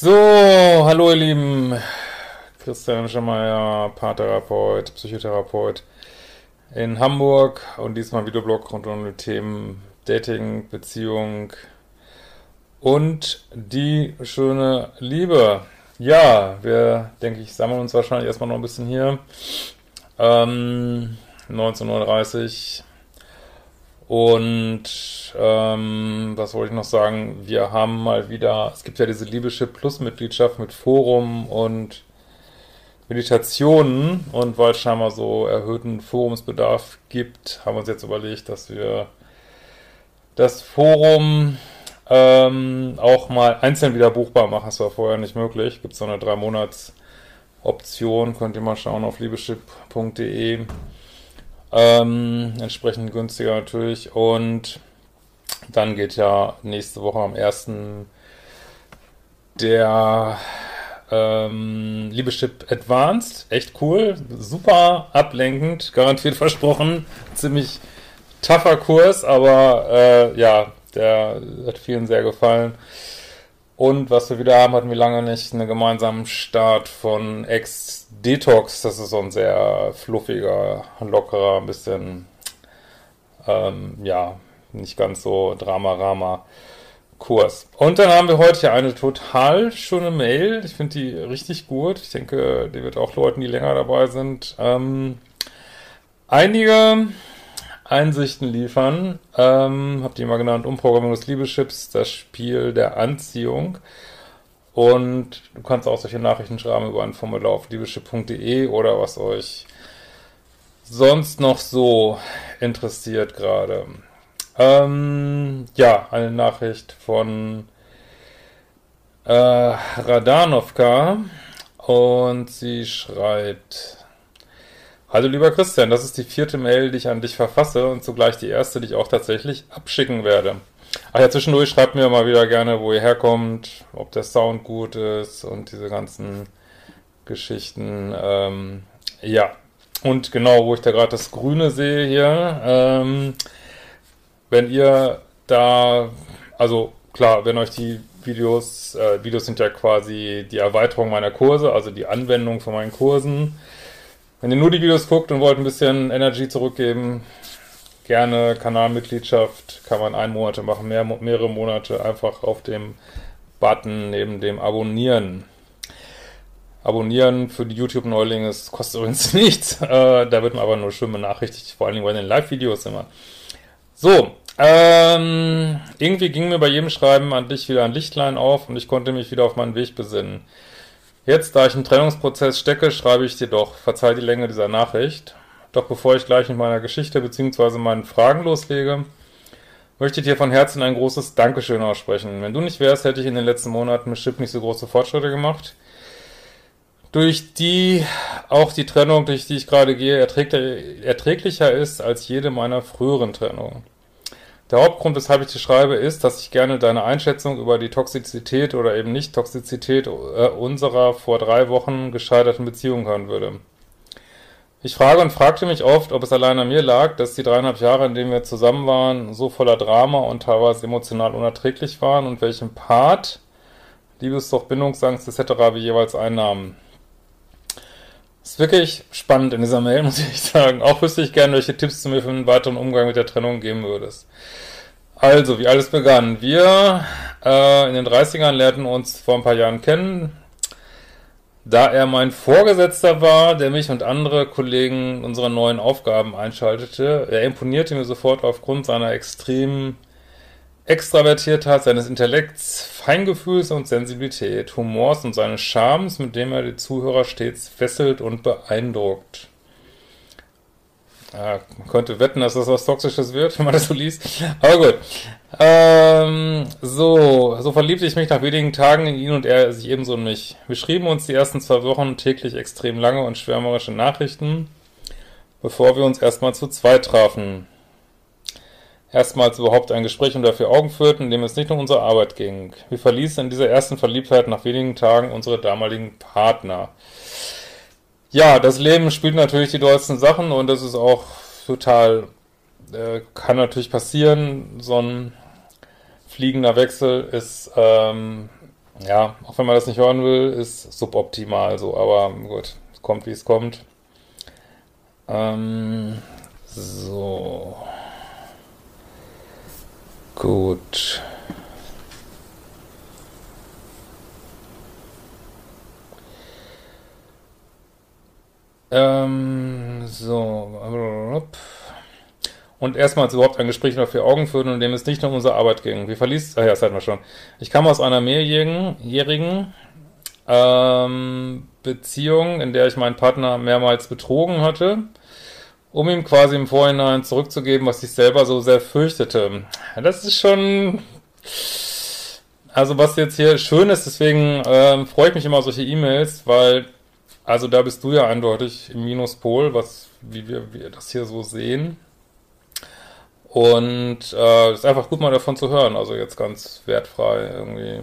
So, hallo ihr Lieben, Christian Schemeier, Paartherapeut, Psychotherapeut in Hamburg und diesmal Videoblog rund um die Themen Dating, Beziehung und die schöne Liebe. Ja, wir, denke ich, sammeln uns wahrscheinlich erstmal noch ein bisschen hier. 19:30 Uhr. Und was wollte ich noch sagen? Wir haben mal wieder, es gibt ja diese Liebeschip Plus Mitgliedschaft mit Forum und Meditationen, und weil es scheinbar so erhöhten Forumsbedarf gibt, haben wir uns jetzt überlegt, dass wir das Forum auch mal einzeln wieder buchbar machen. Das war vorher nicht möglich. Gibt so eine 3-Monats-Option, könnt ihr mal schauen auf liebeschip.de. Entsprechend günstiger natürlich. Und dann geht ja nächste Woche am 1. der Liebeschip Advanced. Echt cool, super ablenkend, garantiert versprochen. Ziemlich tougher Kurs, aber ja, der hat vielen sehr gefallen. Und was wir wieder haben, hatten wir lange nicht, einen gemeinsamen Start von Ex-Detox. Das ist so ein sehr fluffiger, lockerer, ein bisschen, ja, nicht ganz so Drama-Rama-Kurs. Und dann haben wir heute hier eine total schöne Mail. Ich finde die richtig gut. Ich denke, die wird auch Leuten, die länger dabei sind, einige Einsichten liefern. Habt ihr mal genannt, Umprogrammierung des Liebeschips, das Spiel der Anziehung. Und du kannst auch solche Nachrichten schreiben über ein Formular auf liebeschip.de oder was euch sonst noch so interessiert gerade. Ja, eine Nachricht von Radanovka, und sie schreibt: Hallo lieber Christian, das ist die 4. Mail, die ich an dich verfasse und zugleich die erste, die ich auch tatsächlich abschicken werde. Ach ja, zwischendurch schreibt mir mal wieder gerne, wo ihr herkommt, ob der Sound gut ist und diese ganzen Geschichten. Ja, und genau, wo ich da gerade das Grüne sehe hier, wenn ihr da, also klar, wenn euch die Videos sind ja quasi die Erweiterung meiner Kurse, also die Anwendung von meinen Kursen. Wenn ihr nur die Videos guckt und wollt ein bisschen Energy zurückgeben, gerne Kanalmitgliedschaft, kann man 1 Monat machen, mehrere Monate, einfach auf dem Button neben dem Abonnieren. Abonnieren für die YouTube-Neulinge, es kostet übrigens nichts, da wird man aber nur schön benachrichtigt, vor allen Dingen bei den Live-Videos immer. So, irgendwie ging mir bei jedem Schreiben an dich wieder ein Lichtlein auf und ich konnte mich wieder auf meinen Weg besinnen. Jetzt, da ich im Trennungsprozess stecke, schreibe ich dir doch, verzeih die Länge dieser Nachricht. Doch bevor ich gleich mit meiner Geschichte bzw. meinen Fragen loslege, möchte ich dir von Herzen ein großes Dankeschön aussprechen. Wenn du nicht wärst, hätte ich in den letzten Monaten bestimmt nicht so große Fortschritte gemacht, durch die auch die Trennung, durch die ich gerade gehe, erträglicher ist als jede meiner früheren Trennungen. Der Hauptgrund, weshalb ich dir schreibe, ist, dass ich gerne deine Einschätzung über die Toxizität oder eben Nicht-Toxizität unserer vor 3 Wochen gescheiterten Beziehung hören würde. Ich frage und fragte mich oft, ob es allein an mir lag, dass die 3,5 Jahre, in denen wir zusammen waren, so voller Drama und teilweise emotional unerträglich waren und welchen Part Liebessucht, Bindungsangst etc. wir jeweils einnahmen. Ist wirklich spannend in dieser Mail, muss ich sagen. Auch wüsste ich gerne, welche Tipps du mir für einen weiteren Umgang mit der Trennung geben würdest. Also, wie alles begann. Wir in den 30ern lernten uns vor ein paar Jahren kennen, da er mein Vorgesetzter war, der mich und andere Kollegen unsere neuen Aufgaben einschaltete. Er imponierte mir sofort aufgrund seiner extremen Extravertiertheit, seines Intellekts, Feingefühls und Sensibilität, Humors und seines Charmes, mit dem er die Zuhörer stets fesselt und beeindruckt. Ja, man könnte wetten, dass das was Toxisches wird, wenn man das so liest. Aber gut. So verliebte ich mich nach wenigen Tagen in ihn und er sich ebenso in mich. Wir schrieben uns die ersten 2 Wochen täglich extrem lange und schwärmerische Nachrichten, bevor wir uns erstmal zu zweit trafen. Erstmals überhaupt ein Gespräch unter 4 Augen führten, in dem es nicht um unsere Arbeit ging. Wir verließen in dieser ersten Verliebtheit nach wenigen Tagen unsere damaligen Partner. Ja, das Leben spielt natürlich die dollsten Sachen und das ist auch total, kann natürlich passieren. So ein fliegender Wechsel ist Ja, auch wenn man das nicht hören will, ist suboptimal so, aber gut, es kommt wie es kommt. Ähm, so, gut. So. Und erstmals überhaupt ein Gespräch unter vier Augen führen, in dem es nicht nur um unsere Arbeit ging. Wie verließ, ja, das hatten wir schon. Ich kam aus einer mehrjährigen Beziehung, in der ich meinen Partner mehrmals betrogen hatte, um ihm quasi im Vorhinein zurückzugeben, was ich selber so sehr fürchtete. Das ist schon, also was jetzt hier schön ist, deswegen freue ich mich immer auf solche E-Mails, weil, also da bist du ja eindeutig im Minuspol, wie wir das hier so sehen. Und ist einfach gut mal davon zu hören, also jetzt ganz wertfrei irgendwie.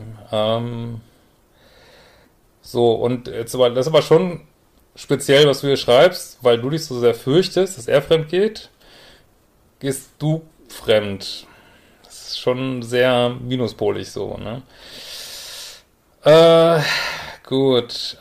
So, und jetzt aber, das ist aber schon speziell, was du hier schreibst, weil du dich so sehr fürchtest, dass er fremd geht, gehst du fremd. Das ist schon sehr minuspolig so, ne? Äh, gut.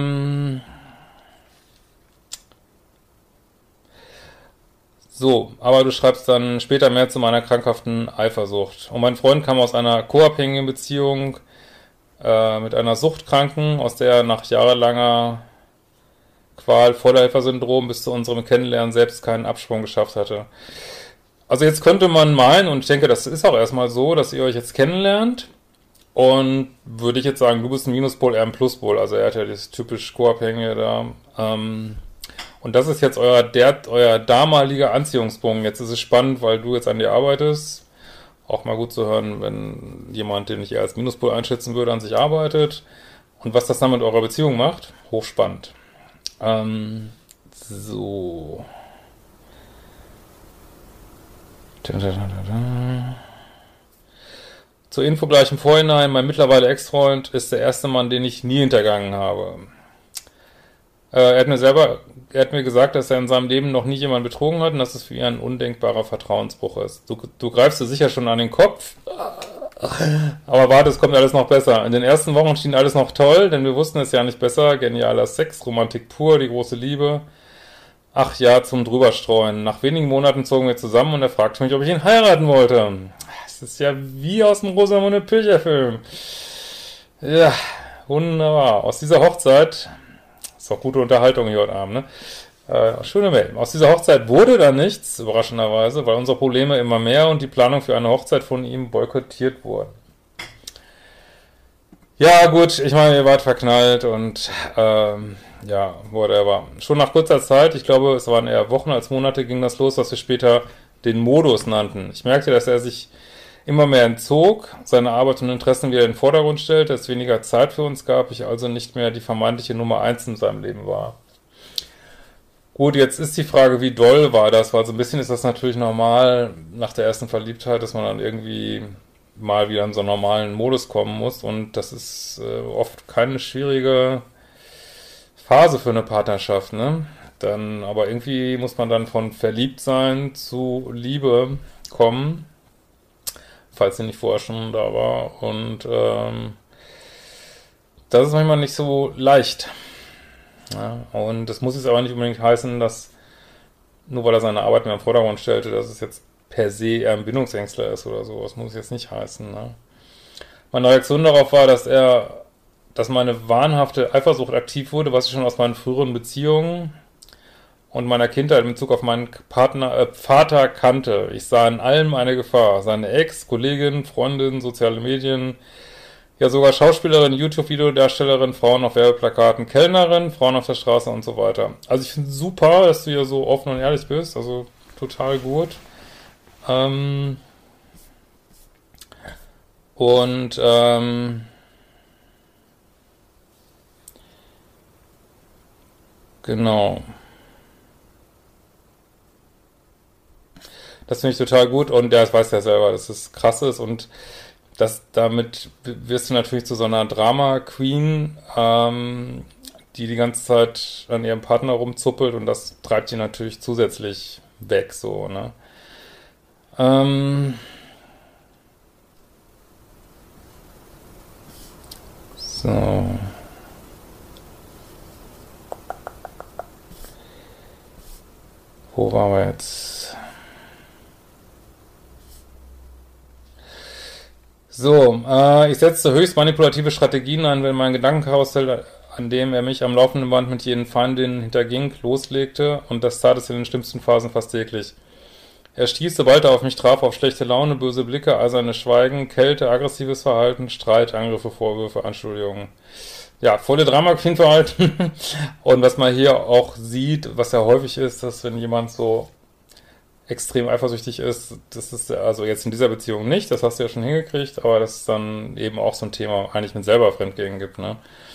So, aber du schreibst dann später mehr zu meiner krankhaften Eifersucht. Und mein Freund kam aus einer co-abhängigen Beziehung mit einer Suchtkranken, aus der er nach jahrelanger Qual, Vorläufersyndrom bis zu unserem Kennenlernen selbst keinen Absprung geschafft hatte. Also jetzt könnte man meinen, und ich denke, das ist auch erstmal so, dass ihr euch jetzt kennenlernt und würde ich jetzt sagen, du bist ein Minuspol, er ein Pluspol. Also er hat ja das typisch Co-Abhängige da. Und das ist jetzt euer damaliger Anziehungspunkt. Jetzt ist es spannend, weil du jetzt an dir arbeitest. Auch mal gut zu hören, wenn jemand, den ich eher als Minuspol einschätzen würde, an sich arbeitet. Und was das dann mit eurer Beziehung macht, hochspannend. So. Zur Info gleich im Vorhinein, mein mittlerweile Ex-Freund ist der erste Mann, den ich nie hintergangen habe. Er hat mir gesagt, dass er in seinem Leben noch nie jemanden betrogen hat und dass es für ihn ein undenkbarer Vertrauensbruch ist. Du greifst dir sicher schon an den Kopf, aber warte, es kommt alles noch besser. In den ersten Wochen schien alles noch toll, denn wir wussten es ja nicht besser. Genialer Sex, Romantik pur, die große Liebe. Ach ja, zum Drüberstreuen. Nach wenigen Monaten zogen wir zusammen und er fragte mich, ob ich ihn heiraten wollte. Es ist ja wie aus dem Rosamunde Pilcher-Film. Ja, wunderbar. Aus dieser Hochzeit, ist auch gute Unterhaltung hier heute Abend, ne? Schöne Mail. Aus dieser Hochzeit wurde dann nichts, überraschenderweise, weil unsere Probleme immer mehr und die Planung für eine Hochzeit von ihm boykottiert wurden. Ja, gut, ich meine, ihr wart verknallt und ja, whatever. Schon nach kurzer Zeit, ich glaube, es waren eher Wochen als Monate, ging das los, was wir später den Modus nannten. Ich merkte, dass er sich immer mehr entzog, seine Arbeit und Interessen wieder in den Vordergrund stellte, es weniger Zeit für uns gab, ich also nicht mehr die vermeintliche Nummer eins in seinem Leben war. Gut, jetzt ist die Frage, wie doll war das, weil so ein bisschen ist das natürlich normal nach der ersten Verliebtheit, dass man dann irgendwie mal wieder in so einen normalen Modus kommen muss und das ist oft keine schwierige Phase für eine Partnerschaft, ne? Dann, aber irgendwie muss man dann von Verliebtsein zu Liebe kommen, falls sie nicht vorher schon da war und das ist manchmal nicht so leicht. Ja, und das muss jetzt aber nicht unbedingt heißen, dass nur weil er seine Arbeit mehr im Vordergrund stellte, dass es jetzt per se eher ein Bindungsängstler ist oder so. Das muss jetzt nicht heißen. Ne? Meine Reaktion darauf war, dass meine wahnhafte Eifersucht aktiv wurde, was ich schon aus meinen früheren Beziehungen und meiner Kindheit in Bezug auf meinen Vater kannte. Ich sah in allem eine Gefahr. Seine Ex, Kollegin, Freundin, soziale Medien, ja, sogar Schauspielerin, YouTube-Videodarstellerin, Frauen auf Werbeplakaten, Kellnerin, Frauen auf der Straße und so weiter. Also ich finde es super, dass du hier so offen und ehrlich bist. Also total gut. Ähm, und genau. Das finde ich total gut und ja, das weiß ja selber, dass es krass ist und damit wirst du natürlich zu so einer Drama-Queen, die ganze Zeit an ihrem Partner rumzuppelt und das treibt die natürlich zusätzlich weg, so, ne? Ähm, So. Wo waren wir jetzt? So, ich setzte höchst manipulative Strategien ein, wenn mein Gedankenkarussell, an dem er mich am laufenden Band mit jenen Feindinnen hinterging, loslegte, und das tat es in den schlimmsten Phasen fast täglich. Er stieß, sobald er auf mich traf, auf schlechte Laune, böse Blicke, eiserne Schweigen, Kälte, aggressives Verhalten, Streit, Angriffe, Vorwürfe, Anschuldigungen. Ja, volle Drama Queen Verhalten. Und was man hier auch sieht, was ja häufig ist, dass wenn jemand so extrem eifersüchtig ist, das ist also jetzt in dieser Beziehung nicht, das hast du ja schon hingekriegt, aber dass es dann eben auch so ein Thema eigentlich mit selber Fremdgehen gibt, ne?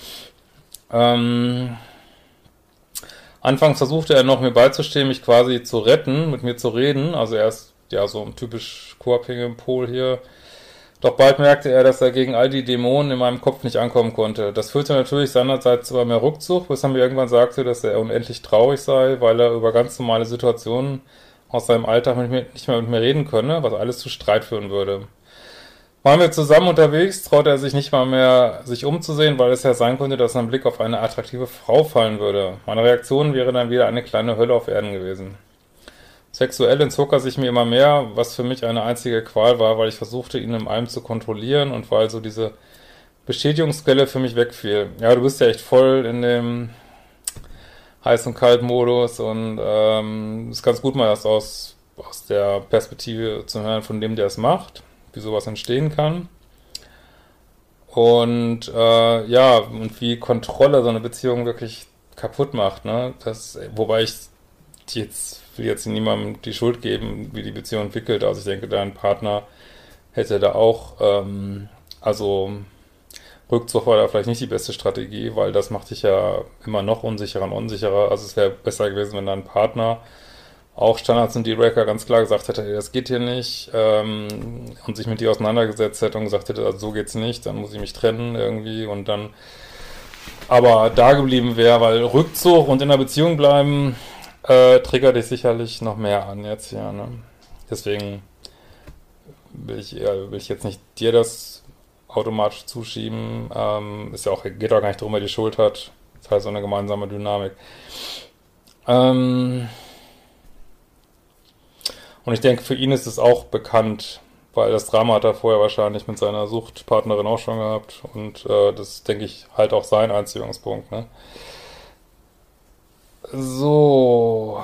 Anfangs versuchte er noch, mir beizustehen, mich quasi zu retten, mit mir zu reden, also er ist ja so ein typisch co-abhängiger Pol hier. Doch bald merkte er, dass er gegen all die Dämonen in meinem Kopf nicht ankommen konnte. Das führte natürlich seinerseits zu mehr Rückzug, bis er mir irgendwann sagte, dass er unendlich traurig sei, weil er über ganz normale Situationen aus seinem Alltag nicht mehr mit mir reden könne, was alles zu Streit führen würde. Waren wir zusammen unterwegs, traute er sich nicht mal mehr, sich umzusehen, weil es ja sein konnte, dass sein Blick auf eine attraktive Frau fallen würde. Meine Reaktion wäre dann wieder eine kleine Hölle auf Erden gewesen. Sexuell entzog er sich mir immer mehr, was für mich eine einzige Qual war, weil ich versuchte, ihn in allem zu kontrollieren und weil so diese Bestätigungsquelle für mich wegfiel. Ja, du bist ja echt voll in dem Heiß- und Kalt-Modus und ist ganz gut, mal das aus der Perspektive zu hören von dem, der es macht, wie sowas entstehen kann. Und ja, und wie Kontrolle so eine Beziehung wirklich kaputt macht, ne? Wobei ich will jetzt niemandem die Schuld geben, wie die Beziehung entwickelt. Also ich denke, dein Partner hätte da auch, also Rückzug war da vielleicht nicht die beste Strategie, weil das macht dich ja immer noch unsicherer und unsicherer. Also es wäre besser gewesen, wenn dein Partner auch Standards und Dealbreaker ganz klar gesagt hätte, ey, das geht hier nicht, und sich mit dir auseinandergesetzt hätte und gesagt hätte, also so geht's nicht, dann muss ich mich trennen irgendwie und dann aber da geblieben wäre, weil Rückzug und in der Beziehung bleiben triggert dich sicherlich noch mehr an jetzt hier, ne? Deswegen will ich jetzt nicht dir das automatisch zuschieben. Geht auch gar nicht darum, wer die Schuld hat. Das heißt so eine gemeinsame Dynamik. Und ich denke, für ihn ist es auch bekannt, weil das Drama hat er vorher wahrscheinlich mit seiner Suchtpartnerin auch schon gehabt. Und das denke ich, halt auch sein Anziehungspunkt, ne? So.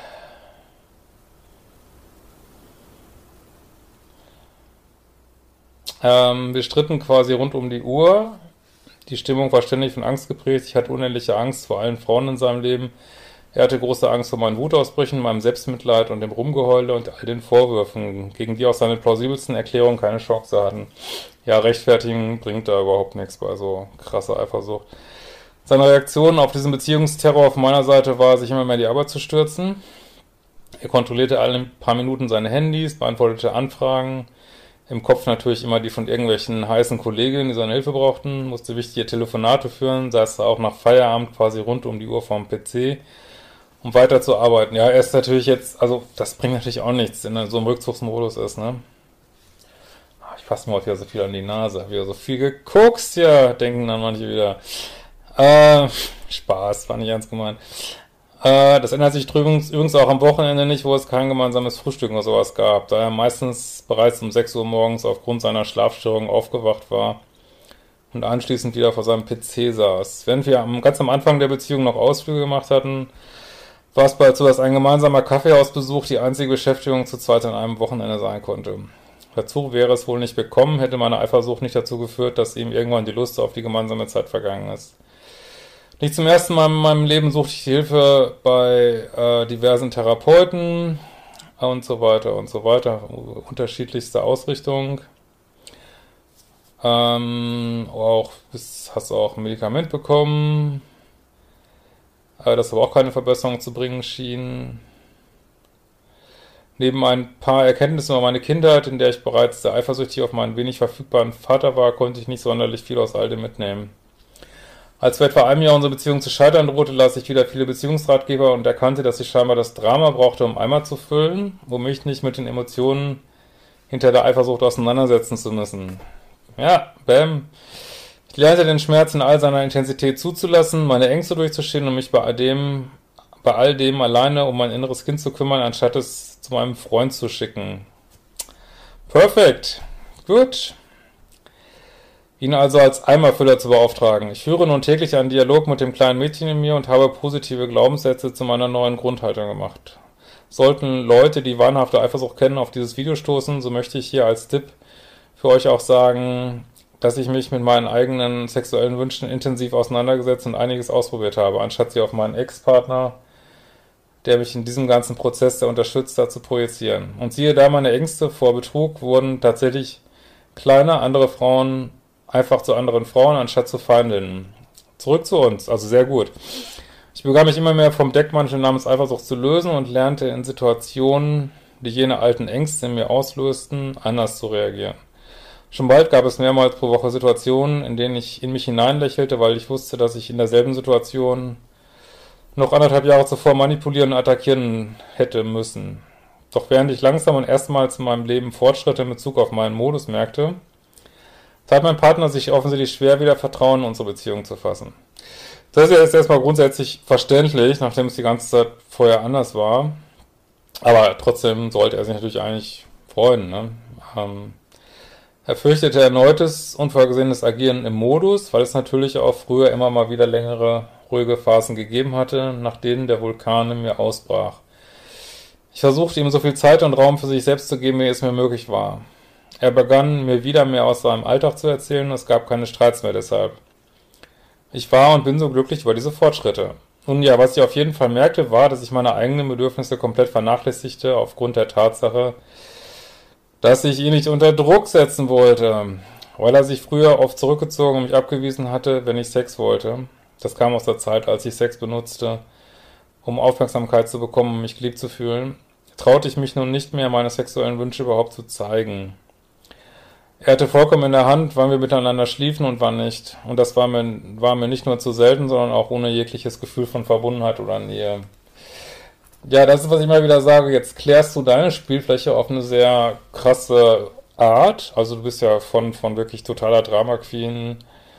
Wir stritten quasi rund um die Uhr. Die Stimmung war ständig von Angst geprägt. Ich hatte unendliche Angst vor allen Frauen in seinem Leben. Er hatte große Angst vor meinen Wutausbrüchen, meinem Selbstmitleid und dem Rumgeheule und all den Vorwürfen, gegen die auch seine plausibelsten Erklärungen keine Chance hatten. Ja, rechtfertigen bringt da überhaupt nichts bei so krasser Eifersucht. Seine Reaktion auf diesen Beziehungsterror auf meiner Seite war, sich immer mehr in die Arbeit zu stürzen. Er kontrollierte alle paar Minuten seine Handys, beantwortete Anfragen. Im Kopf natürlich immer die von irgendwelchen heißen Kolleginnen, die seine Hilfe brauchten, musste wichtige Telefonate führen, saß da auch nach Feierabend quasi rund um die Uhr vorm PC, um weiter zu arbeiten. Ja, er ist natürlich jetzt, also das bringt natürlich auch nichts, wenn er so im Rückzugsmodus ist, ne? Ich fasse mir heute wieder so viel an die Nase, hab wieder so viel gekokst, ja, denken dann manche wieder. Spaß, war nicht ernst gemeint. Das ändert sich übrigens auch am Wochenende nicht, wo es kein gemeinsames Frühstück oder sowas gab, da er meistens bereits um 6 Uhr morgens aufgrund seiner Schlafstörung aufgewacht war und anschließend wieder vor seinem PC saß. Während wir ganz am Anfang der Beziehung noch Ausflüge gemacht hatten, war es bald so, dass ein gemeinsamer Kaffeehausbesuch die einzige Beschäftigung zu zweit an einem Wochenende sein konnte. Dazu wäre es wohl nicht gekommen, hätte meine Eifersucht nicht dazu geführt, dass ihm irgendwann die Lust auf die gemeinsame Zeit vergangen ist. Nicht zum ersten Mal in meinem Leben suchte ich Hilfe bei diversen Therapeuten und so weiter und so weiter. Unterschiedlichste Ausrichtung. Hast du auch ein Medikament bekommen, das aber auch keine Verbesserung zu bringen schien. Neben ein paar Erkenntnissen über meine Kindheit, in der ich bereits sehr eifersüchtig auf meinen wenig verfügbaren Vater war, konnte ich nicht sonderlich viel aus all dem mitnehmen. Als vor etwa einem Jahr unsere Beziehung zu scheitern drohte, las ich wieder viele Beziehungsratgeber und erkannte, dass ich scheinbar das Drama brauchte, um Eimer zu füllen, um mich nicht mit den Emotionen hinter der Eifersucht auseinandersetzen zu müssen. Ja, bam. Ich lernte den Schmerz in all seiner Intensität zuzulassen, meine Ängste durchzustehen und mich bei all dem alleine um mein inneres Kind zu kümmern, anstatt es zu meinem Freund zu schicken. Perfekt. Gut. Ihn also als Eimerfüller zu beauftragen. Ich führe nun täglich einen Dialog mit dem kleinen Mädchen in mir und habe positive Glaubenssätze zu meiner neuen Grundhaltung gemacht. Sollten Leute, die wahnhafte Eifersucht kennen, auf dieses Video stoßen, so möchte ich hier als Tipp für euch auch sagen, dass ich mich mit meinen eigenen sexuellen Wünschen intensiv auseinandergesetzt und einiges ausprobiert habe, anstatt sie auf meinen Ex-Partner, der mich in diesem ganzen Prozess sehr unterstützt hat, zu projizieren. Und siehe da, meine Ängste vor Betrug wurden tatsächlich kleiner, andere Frauen einfach zu anderen Frauen, anstatt zu Feindinnen. Zurück zu uns, also sehr gut. Ich begann mich immer mehr vom Deckmantel namens Eifersucht zu lösen und lernte in Situationen, die jene alten Ängste in mir auslösten, anders zu reagieren. Schon bald gab es mehrmals pro Woche Situationen, in denen ich in mich hineinlächelte, weil ich wusste, dass ich in derselben Situation noch 1,5 Jahre zuvor manipulieren und attackieren hätte müssen. Doch während ich langsam und erstmals in meinem Leben Fortschritte in Bezug auf meinen Modus merkte, tat mein Partner sich offensichtlich schwer, wieder Vertrauen in unsere Beziehung zu fassen. Das ist ja jetzt erstmal grundsätzlich verständlich, nachdem es die ganze Zeit vorher anders war. Aber trotzdem sollte er sich natürlich eigentlich freuen, ne? Er fürchtete erneutes, unvorhergesehenes Agieren im Modus, weil es natürlich auch früher immer mal wieder längere, ruhige Phasen gegeben hatte, nach denen der Vulkan in mir ausbrach. Ich versuchte ihm so viel Zeit und Raum für sich selbst zu geben, wie es mir möglich war. Er begann mir wieder mehr aus seinem Alltag zu erzählen, es gab keine Streits mehr deshalb. Ich war und bin so glücklich über diese Fortschritte. Nun ja, was ich auf jeden Fall merkte, war, dass ich meine eigenen Bedürfnisse komplett vernachlässigte, aufgrund der Tatsache, dass ich ihn nicht unter Druck setzen wollte, weil er sich früher oft zurückgezogen und mich abgewiesen hatte, wenn ich Sex wollte. Das kam aus der Zeit, als ich Sex benutzte, um Aufmerksamkeit zu bekommen, um mich geliebt zu fühlen. Traute ich mich nun nicht mehr, meine sexuellen Wünsche überhaupt zu zeigen. Er hatte vollkommen in der Hand, wann wir miteinander schliefen und wann nicht. Und das war mir nicht nur zu selten, sondern auch ohne jegliches Gefühl von Verbundenheit oder Nähe. Ja, das ist, was ich mal wieder sage. Jetzt klärst du deine Spielfläche auf eine sehr krasse Art. Also du bist ja von wirklich totaler Drama Queen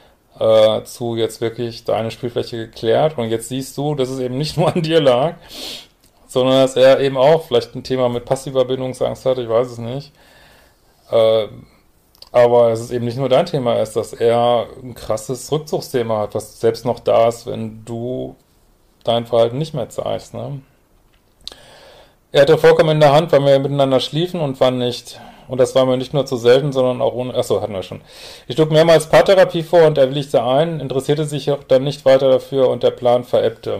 zu jetzt wirklich deine Spielfläche geklärt. Und jetzt siehst du, dass es eben nicht nur an dir lag, sondern dass er eben auch vielleicht ein Thema mit passiver Bindungsangst hat, ich weiß es nicht. Aber es ist eben nicht nur dein Thema ist, dass er ein krasses Rückzugsthema hat, was selbst noch da ist, wenn du dein Verhalten nicht mehr zeigst, ne? Er hatte vollkommen in der Hand, wann wir miteinander schliefen und wann nicht. Und das war mir nicht nur zu selten, sondern auch ohne... Achso, hatten wir schon. Ich schlug mehrmals Paartherapie vor und er willigte ein, interessierte sich dann nicht weiter dafür und der Plan verebbte.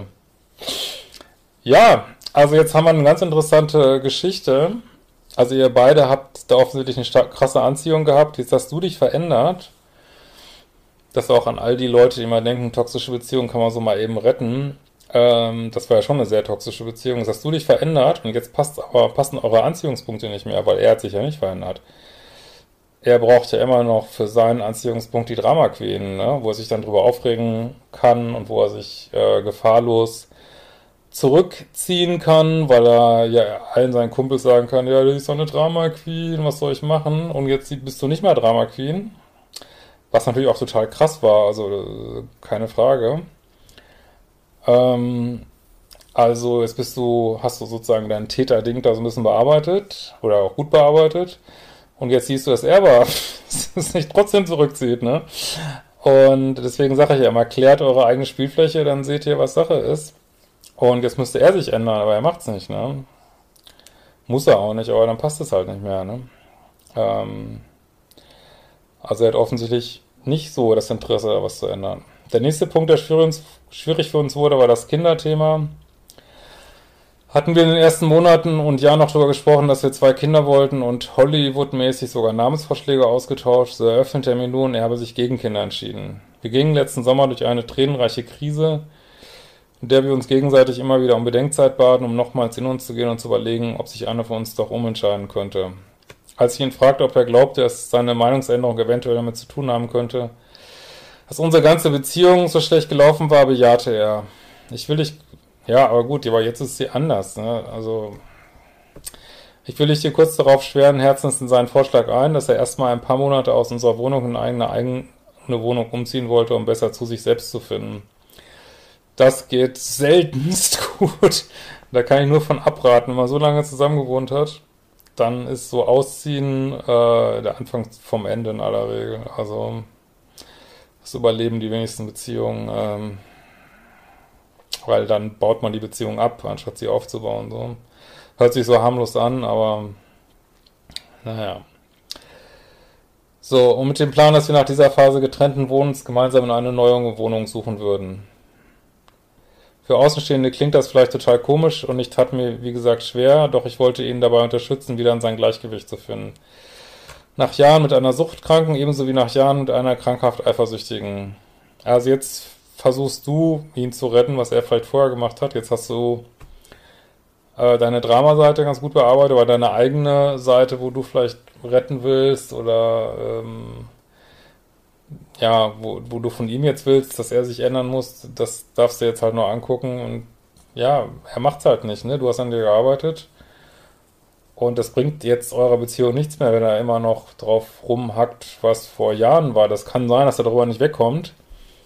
Ja, also jetzt haben wir eine ganz interessante Geschichte. Also ihr beide habt da offensichtlich eine krasse Anziehung gehabt. Jetzt hast du dich verändert. Das auch an all die Leute, die mal denken, toxische Beziehungen kann man so mal eben retten. Das war ja schon eine sehr toxische Beziehung. Jetzt hast du dich verändert und jetzt passen eure Anziehungspunkte nicht mehr, weil er hat sich ja nicht verändert. Er braucht ja immer noch für seinen Anziehungspunkt die Drama Queen, ne? Wo er sich dann drüber aufregen kann und wo er sich gefahrlos zurückziehen kann, weil er ja allen seinen Kumpels sagen kann, ja, du bist doch eine Drama Queen, was soll ich machen? Und jetzt bist du nicht mehr Drama Queen, was natürlich auch total krass war, also keine Frage. Also jetzt hast du sozusagen dein Täterding da so ein bisschen bearbeitet oder auch gut bearbeitet und jetzt siehst du, dass er aber sich trotzdem zurückzieht, ne? Und deswegen sage ich ja immer, klärt eure eigene Spielfläche, dann seht ihr, was Sache ist. Und jetzt müsste er sich ändern, aber er macht's nicht, ne? Muss er auch nicht, aber dann passt es halt nicht mehr, ne? Also er hat offensichtlich nicht so das Interesse, da was zu ändern. Der nächste Punkt, der schwierig für uns wurde, war das Kinderthema. Hatten wir in den ersten Monaten und Jahren noch darüber gesprochen, dass wir 2 Kinder wollten und Hollywood-mäßig sogar Namensvorschläge ausgetauscht. So eröffnete er mir nun, er habe sich gegen Kinder entschieden. Wir gingen letzten Sommer durch eine tränenreiche Krise, in der wir uns gegenseitig immer wieder um Bedenkzeit baten, um nochmals in uns zu gehen und zu überlegen, ob sich einer von uns doch umentscheiden könnte. Als ich ihn fragte, ob er glaubte, dass seine Meinungsänderung eventuell damit zu tun haben könnte, dass unsere ganze Beziehung so schlecht gelaufen war, bejahte er. Ja, aber gut, aber jetzt ist sie anders, ne? Also, ich will dich dir kurz darauf schweren Herzens in seinen Vorschlag ein, dass er erstmal ein paar Monate aus unserer Wohnung in eine eine Wohnung umziehen wollte, um besser zu sich selbst zu finden. Das geht seltenst gut. Da kann ich nur von abraten. Wenn man so lange zusammen gewohnt hat, dann ist so Ausziehen der Anfang vom Ende in aller Regel. Also das überleben die wenigsten Beziehungen, weil dann baut man die Beziehung ab, anstatt sie aufzubauen. So. Hört sich so harmlos an, aber naja. So, und mit dem Plan, dass wir nach dieser Phase getrennten Wohnens gemeinsam in eine neue Wohnung suchen würden. Für Außenstehende klingt das vielleicht total komisch und ich tat mir, wie gesagt, schwer, doch ich wollte ihn dabei unterstützen, wieder in sein Gleichgewicht zu finden. Nach Jahren mit einer Suchtkranken, ebenso wie nach Jahren mit einer krankhaft Eifersüchtigen. Also jetzt versuchst du, ihn zu retten, was er vielleicht vorher gemacht hat. Jetzt hast du deine Dramaseite ganz gut bearbeitet, aber deine eigene Seite, wo du vielleicht retten willst oder ja, wo du von ihm jetzt willst, dass er sich ändern muss, das darfst du jetzt halt nur angucken und ja, er macht's halt nicht, ne? Du hast an dir gearbeitet und das bringt jetzt eurer Beziehung nichts mehr, wenn er immer noch drauf rumhackt, was vor Jahren war. Das kann sein, dass er darüber nicht wegkommt,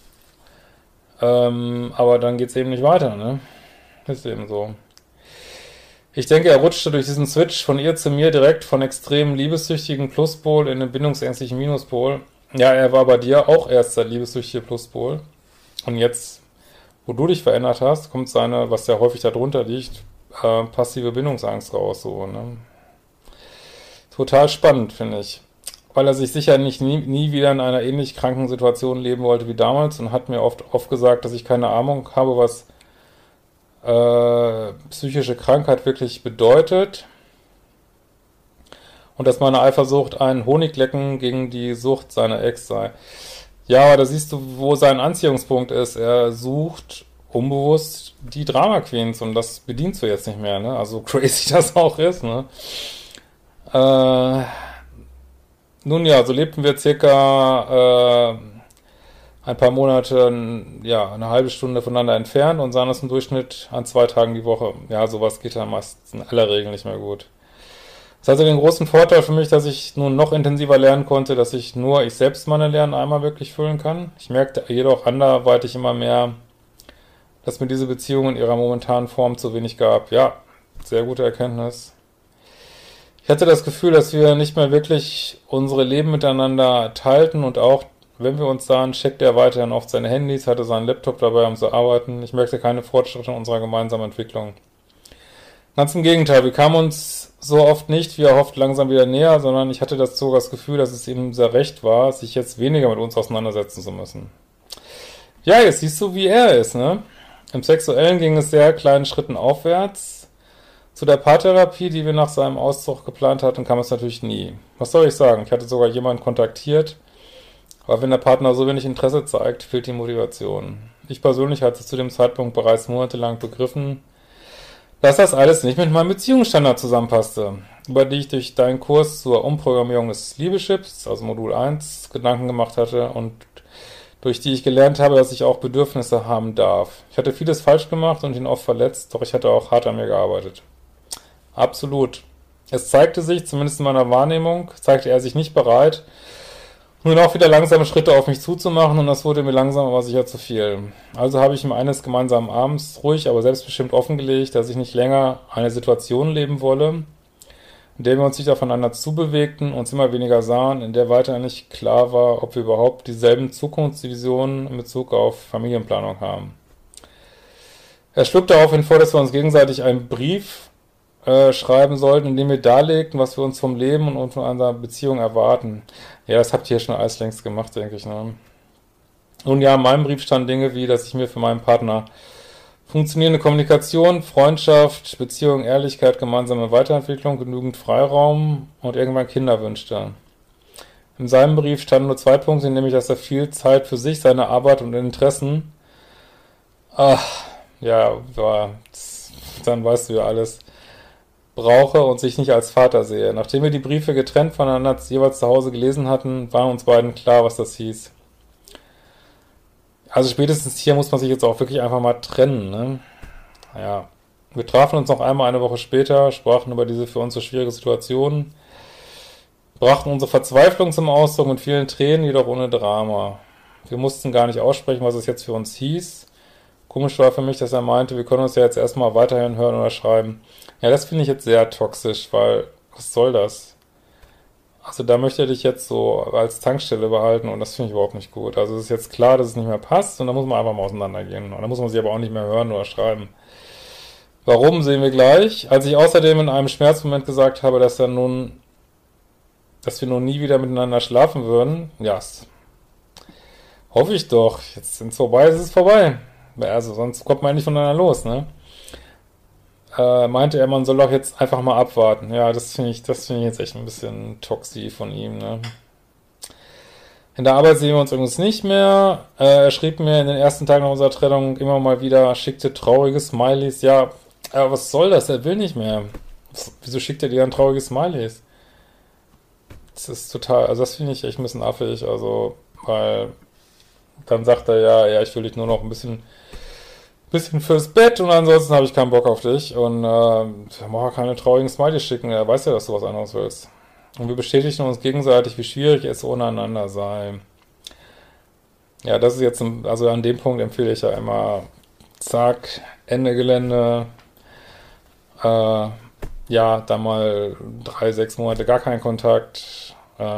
aber dann geht's eben nicht weiter, ne? Ist eben so. Ich denke, er rutschte durch diesen Switch von ihr zu mir direkt von extrem liebessüchtigen Pluspol in den bindungsängstlichen Minuspol. Ja, er war bei dir auch erst der liebessüchtige Pluspol. Und jetzt, wo du dich verändert hast, kommt seine, was ja häufig darunter liegt, passive Bindungsangst raus. So, ne? Total spannend, finde ich. Weil er sich sicher nie wieder in einer ähnlich kranken Situation leben wollte wie damals und hat mir oft gesagt, dass ich keine Ahnung habe, was psychische Krankheit wirklich bedeutet und dass meine Eifersucht ein Honiglecken gegen die Sucht seiner Ex sei. Ja, aber da siehst du, wo sein Anziehungspunkt ist. Er sucht unbewusst die Drama Queens und das bedienst du jetzt nicht mehr, ne? Also crazy das auch ist, ne? Nun ja, so lebten wir circa ein paar Monate, ja, eine halbe Stunde voneinander entfernt und sahen uns im Durchschnitt an 2 Tagen die Woche. Ja, sowas geht dann meistens in aller Regel nicht mehr gut. Das hatte den großen Vorteil für mich, dass ich nun noch intensiver lernen konnte, dass ich nur ich selbst meine Lernen einmal wirklich füllen kann. Ich merkte jedoch anderweitig immer mehr, dass mir diese Beziehung in ihrer momentanen Form zu wenig gab. Ja, sehr gute Erkenntnis. Ich hatte das Gefühl, dass wir nicht mehr wirklich unsere Leben miteinander teilten und auch wenn wir uns sahen, checkte er weiterhin oft seine Handys, hatte seinen Laptop dabei, um zu arbeiten. Ich merkte keine Fortschritte in unserer gemeinsamen Entwicklung. Ganz im Gegenteil, wir kamen uns so oft nicht, wie erhofft, langsam wieder näher, sondern ich hatte sogar das Gefühl, dass es ihm sehr recht war, sich jetzt weniger mit uns auseinandersetzen zu müssen. Ja, jetzt siehst du, wie er ist, ne? Im Sexuellen ging es sehr kleinen Schritten aufwärts. Zu der Paartherapie, die wir nach seinem Auszug geplant hatten, kam es natürlich nie. Was soll ich sagen? Ich hatte sogar jemanden kontaktiert, aber wenn der Partner so wenig Interesse zeigt, fehlt die Motivation. Ich persönlich hatte zu dem Zeitpunkt bereits monatelang begriffen, dass das alles nicht mit meinem Beziehungsstandard zusammenpasste, über die ich durch deinen Kurs zur Umprogrammierung des Liebeschips, also Modul 1, Gedanken gemacht hatte und durch die ich gelernt habe, dass ich auch Bedürfnisse haben darf. Ich hatte vieles falsch gemacht und ihn oft verletzt, doch ich hatte auch hart an mir gearbeitet. Absolut. Es zeigte sich, zumindest in meiner Wahrnehmung, zeigte er sich nicht bereit, nun auch wieder langsame Schritte auf mich zuzumachen und das wurde mir langsam aber sicher zu viel. Also habe ich ihm eines gemeinsamen Abends ruhig, aber selbstbestimmt offengelegt, dass ich nicht länger eine Situation leben wolle, in der wir uns nicht aufeinander zubewegten, uns immer weniger sahen, in der weiterhin nicht klar war, ob wir überhaupt dieselben Zukunftsvisionen in Bezug auf Familienplanung haben. Er schlug daraufhin vor, dass wir uns gegenseitig einen Brief schreiben sollten, in dem wir darlegten, was wir uns vom Leben und von einer Beziehung erwarten. Ja, das habt ihr schon alles längst gemacht, denke ich, ne? Nun ja, in meinem Brief stand Dinge wie, dass ich mir für meinen Partner funktionierende Kommunikation, Freundschaft, Beziehung, Ehrlichkeit, gemeinsame Weiterentwicklung, genügend Freiraum und irgendwann Kinder wünschte. In seinem Brief standen nur 2 Punkte, nämlich, dass er viel Zeit für sich, seine Arbeit und Interessen, dann weißt du ja alles, brauche und sich nicht als Vater sehe. Nachdem wir die Briefe getrennt voneinander jeweils zu Hause gelesen hatten, war uns beiden klar, was das hieß. Also spätestens hier muss man sich jetzt auch wirklich einfach mal trennen, ne? Ja. Wir trafen uns noch einmal eine Woche später, sprachen über diese für uns so schwierige Situation, brachten unsere Verzweiflung zum Ausdruck mit vielen Tränen, jedoch ohne Drama. Wir mussten gar nicht aussprechen, was es jetzt für uns hieß. Komisch war für mich, dass er meinte, wir können uns ja jetzt erstmal weiterhin hören oder schreiben. Ja, das finde ich jetzt sehr toxisch, weil, was soll das? Also da möchte er dich jetzt so als Tankstelle behalten und das finde ich überhaupt nicht gut. Also es ist jetzt klar, dass es nicht mehr passt und da muss man einfach mal auseinandergehen. Und da muss man sich aber auch nicht mehr hören oder schreiben. Warum, sehen wir gleich. Als ich außerdem in einem Schmerzmoment gesagt habe, dass wir nun nie wieder miteinander schlafen würden, ja, hoffe ich doch. Jetzt sind es vorbei, ist es vorbei. Also sonst kommt man ja nicht voneinander los, ne? Meinte er, man soll doch jetzt einfach mal abwarten. Ja, das finde ich jetzt echt ein bisschen toxisch von ihm, ne? In der Arbeit sehen wir uns übrigens nicht mehr. Er schrieb mir in den ersten Tagen nach unserer Trennung immer mal wieder, schickte traurige Smileys. Ja, aber was soll das? Er will nicht mehr. Wieso schickt er dir dann traurige Smileys? Das ist total, also das finde ich echt ein bisschen affig, also, weil dann sagt er ja, ich will dich nur noch ein bisschen fürs Bett und ansonsten habe ich keinen Bock auf dich und mach keine traurigen Smileys schicken, er weiß ja, dass du was anderes willst. Und wir bestätigen uns gegenseitig, wie schwierig es ohne einander sei. Ja, das ist jetzt, also an dem Punkt empfehle ich ja immer, zack, Ende Gelände, ja, dann mal 3, 6 Monate gar keinen Kontakt,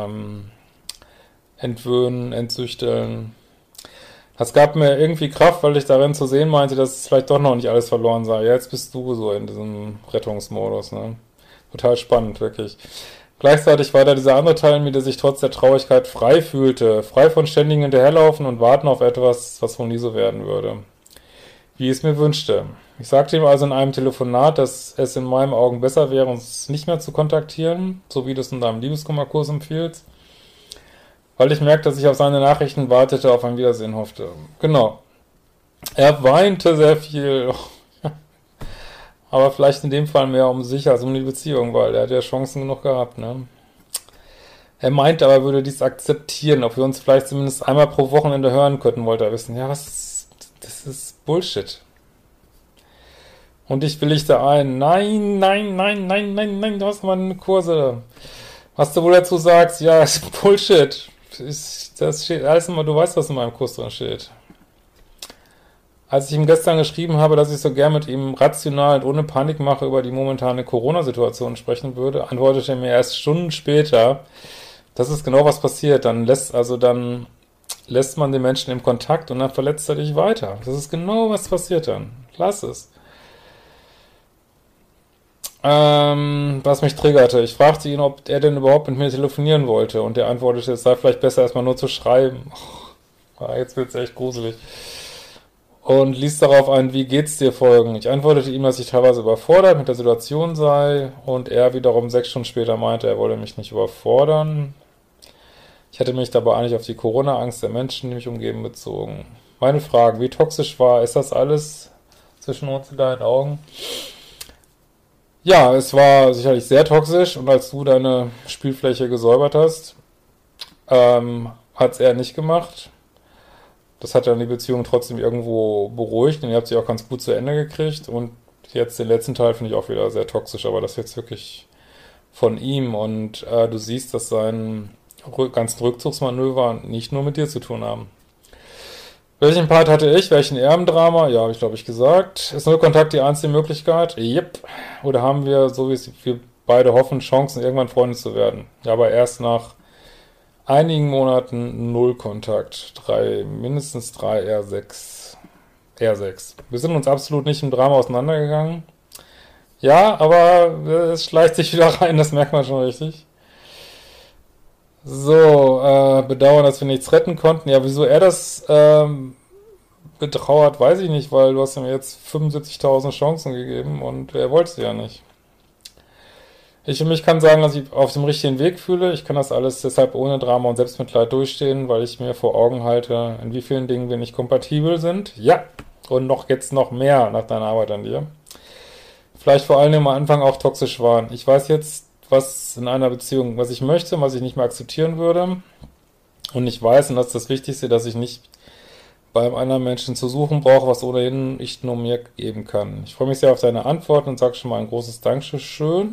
entwöhnen, entzüchteln. Das gab mir irgendwie Kraft, weil ich darin zu sehen meinte, dass es vielleicht doch noch nicht alles verloren sei. Ja, jetzt bist du so in diesem Rettungsmodus, ne? Total spannend, wirklich. Gleichzeitig war da dieser andere Teil in mir, der sich trotz der Traurigkeit frei fühlte. Frei von ständigem Hinterherlaufen und Warten auf etwas, was wohl nie so werden würde. Wie ich es mir wünschte. Ich sagte ihm also in einem Telefonat, dass es in meinen Augen besser wäre, uns nicht mehr zu kontaktieren, so wie du es in deinem Liebeskummerkurs empfiehlst, weil ich merkte, dass ich auf seine Nachrichten wartete, auf ein Wiedersehen hoffte. Genau. Er weinte sehr viel, aber vielleicht in dem Fall mehr um sich als um die Beziehung, weil er hat ja Chancen genug gehabt, ne? Er meinte aber, er würde dies akzeptieren, ob wir uns vielleicht zumindest einmal pro Wochenende hören könnten, wollte er wissen. Ja, das ist Bullshit. Und ich willigte ein. Nein, du hast meine Kurse. Was du wohl dazu sagst, ja, ist Bullshit. Das steht alles immer, du weißt, was in meinem Kurs drin steht. Als ich ihm gestern geschrieben habe, dass ich so gern mit ihm rational und ohne Panikmache über die momentane Corona-Situation sprechen würde, antwortete er mir erst Stunden später, das ist genau was passiert. Dann lässt man den Menschen im Kontakt und dann verletzt er dich weiter. Das ist genau was passiert dann. Lass es. Was mich triggerte. Ich fragte ihn, ob er denn überhaupt mit mir telefonieren wollte und er antwortete, es sei vielleicht besser, erstmal nur zu schreiben. Jetzt wird's echt gruselig. Und ließ darauf ein, wie geht's dir folgen. Ich antwortete ihm, dass ich teilweise überfordert mit der Situation sei und er wiederum 6 Stunden später meinte, er wolle mich nicht überfordern. Ich hätte mich dabei eigentlich auf die Corona-Angst der Menschen, die mich umgeben, bezogen. Meine Frage, wie toxisch war, ist das alles zwischen uns in deinen Augen? Ja, es war sicherlich sehr toxisch und als du deine Spielfläche gesäubert hast, hat es er nicht gemacht. Das hat dann die Beziehung trotzdem irgendwo beruhigt und ihr habt sie auch ganz gut zu Ende gekriegt und jetzt den letzten Teil finde ich auch wieder sehr toxisch, aber das ist jetzt wirklich von ihm und du siehst, dass seine ganzen Rückzugsmanöver nicht nur mit dir zu tun haben. Welchen Part hatte ich? Welchen er im Drama? Ja, habe ich glaube ich gesagt. Ist Nullkontakt die einzige Möglichkeit? Yep. Oder haben wir, so wie wir beide hoffen, Chancen, irgendwann Freunde zu werden? Ja, aber erst nach einigen Monaten Nullkontakt. Mindestens 3, eher 6. Eher 6. Wir sind uns absolut nicht im Drama auseinandergegangen. Ja, aber es schleicht sich wieder rein, das merkt man schon richtig. So, bedauern, dass wir nichts retten konnten. Ja, wieso er das betrauert, weiß ich nicht, weil du hast ihm jetzt 75.000 Chancen gegeben und er wollte sie ja nicht. Ich für mich kann sagen, dass ich auf dem richtigen Weg fühle. Ich kann das alles deshalb ohne Drama und Selbstmitleid durchstehen, weil ich mir vor Augen halte, in wie vielen Dingen wir nicht kompatibel sind. Ja, und jetzt noch mehr nach deiner Arbeit an dir. Vielleicht vor allem am Anfang auch toxisch waren. Ich weiß jetzt, was in einer Beziehung, was ich möchte und was ich nicht mehr akzeptieren würde. Und ich weiß, und das ist das Wichtigste, dass ich nicht beim anderen Menschen zu suchen brauche, was ohnehin ich nur mir geben kann. Ich freue mich sehr auf deine Antwort und sage schon mal ein großes Dankeschön.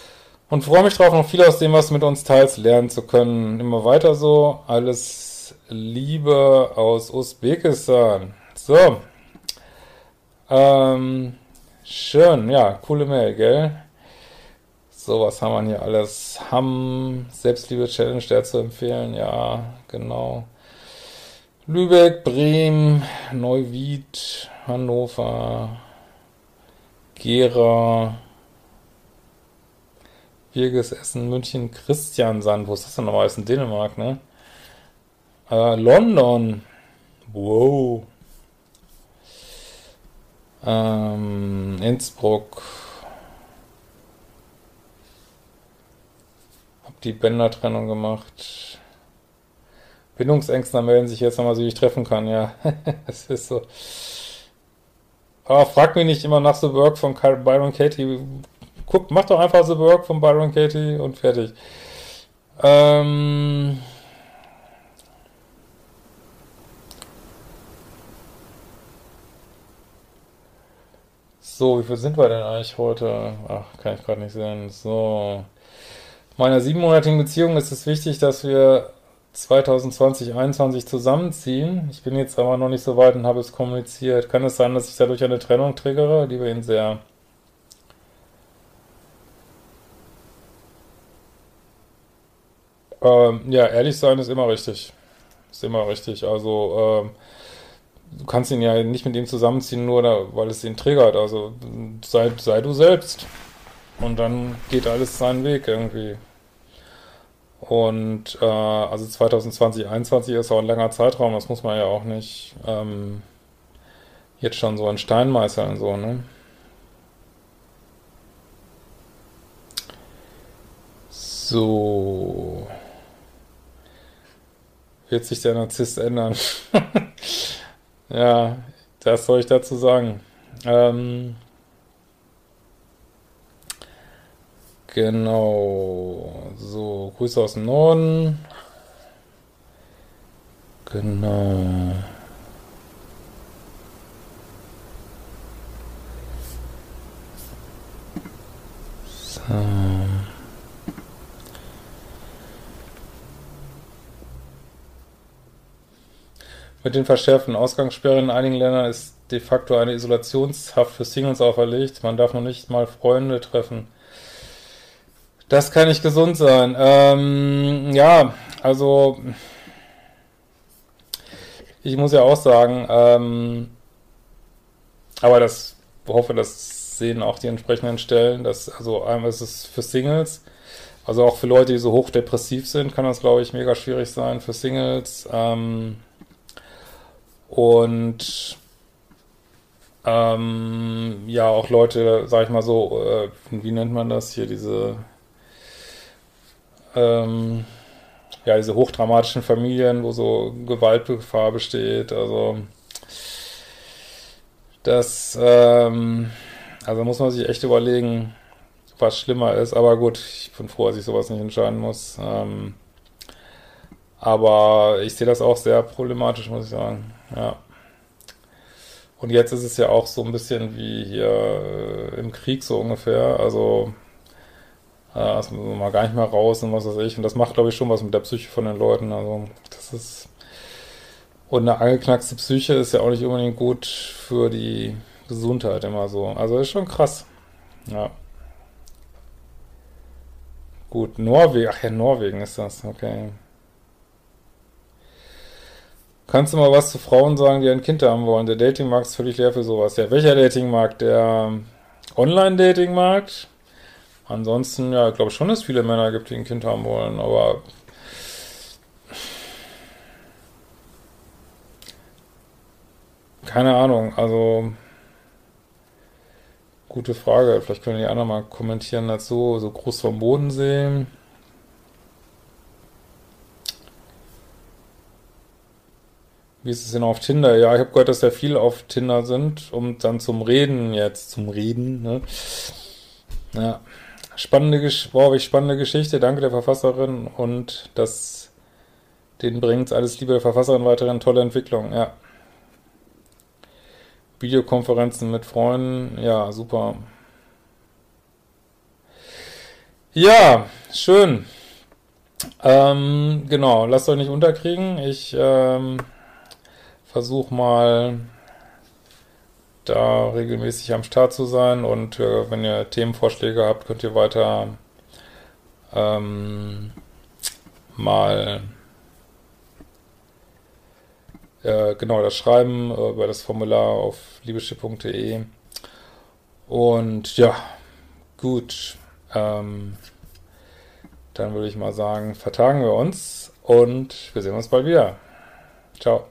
Und freue mich darauf, noch viel aus dem, was du mit uns teilst, lernen zu können. Immer weiter so. Alles Liebe aus Usbekistan. So, ähm, schön, ja, coole Mail, gell? So, was haben wir hier alles? Selbstliebe-Challenge, der zu empfehlen, ja, genau. Lübeck, Bremen, Neuwied, Hannover, Gera, Birges, Essen, München, Christiansand. Wo ist das denn nochmal? Das ist in Dänemark, ne? London. Wow. Innsbruck. Hab die Bändertrennung gemacht. Bindungsängstler melden sich jetzt nochmal, so wie ich treffen kann, ja. Es ist so. Aber frag mich nicht immer nach The Work von Byron Katie. Guck, mach doch einfach The Work von Byron Katie und fertig. Ähm, so, wie viel sind wir denn eigentlich heute? Ach, kann ich gerade nicht sehen. So. Meiner 7-monatigen Beziehung ist es wichtig, dass wir 2020, 2021 zusammenziehen. Ich bin jetzt aber noch nicht so weit und habe es kommuniziert. Kann es sein, dass ich dadurch eine Trennung triggere? Liebe ihn sehr. Ja, ehrlich sein ist immer richtig. Ist immer richtig. Also, du kannst ihn ja nicht mit ihm zusammenziehen, nur weil es ihn triggert. Also, sei du selbst. Und dann geht alles seinen Weg irgendwie. Und also 2020, 2021 ist auch ein langer Zeitraum, das muss man ja auch nicht jetzt schon so in Stein meißeln, so, ne? So, wird sich der Narzisst ändern? Ja, das soll ich dazu sagen. Ähm, genau, so, Grüße aus dem Norden. Genau. So. Mit den verschärften Ausgangssperren in einigen Ländern ist de facto eine Isolationshaft für Singles auferlegt. Man darf noch nicht mal Freunde treffen. Das kann nicht gesund sein. Ja, also ich muss ja auch sagen, aber das hoffe, das sehen auch die entsprechenden Stellen, dass also einmal ist es für Singles, also auch für Leute, die so hochdepressiv sind, kann das, glaube ich, mega schwierig sein für Singles. Und ja, auch Leute, sag ich mal so, wie nennt man das hier, ähm, ja, diese hochdramatischen Familien, wo so Gewaltgefahr besteht, also das, also muss man sich echt überlegen, was schlimmer ist, aber gut, ich bin froh, dass ich sowas nicht entscheiden muss, aber ich sehe das auch sehr problematisch, muss ich sagen, ja. Und jetzt ist es ja auch so ein bisschen wie hier im Krieg so ungefähr, also also mal gar nicht mehr raus und was weiß ich. Und das macht, glaube ich, schon was mit der Psyche von den Leuten. Also das ist. Und eine angeknackste Psyche ist ja auch nicht unbedingt gut für die Gesundheit immer so. Also ist schon krass. Ja. Gut, Norwegen. Ach ja, Norwegen ist das. Okay. Kannst du mal was zu Frauen sagen, die ein Kind haben wollen? Der Datingmarkt ist völlig leer für sowas. Ja, welcher Datingmarkt? Der Online-Datingmarkt? Ansonsten, ja, ich glaube schon, dass es viele Männer gibt, die ein Kind haben wollen, aber keine Ahnung, also gute Frage. Vielleicht können die anderen mal kommentieren dazu. So groß vom Bodensee. Wie ist es denn auf Tinder? Ja, ich habe gehört, dass ja viele auf Tinder sind, um dann zum Reden, ne? Ja, spannende Geschichte. Danke der Verfasserin und das, denen bringt alles Liebe der Verfasserin weiterhin tolle Entwicklung. Ja, Videokonferenzen mit Freunden, ja, super. Ja, schön. Genau, lasst euch nicht unterkriegen. Ich versuche mal da regelmäßig am Start zu sein und wenn ihr Themenvorschläge habt, könnt ihr weiter ähm, mal genau das schreiben über das Formular auf liebeschiff.de. Und ja, gut. Dann würde ich mal sagen, vertagen wir uns und wir sehen uns bald wieder. Ciao.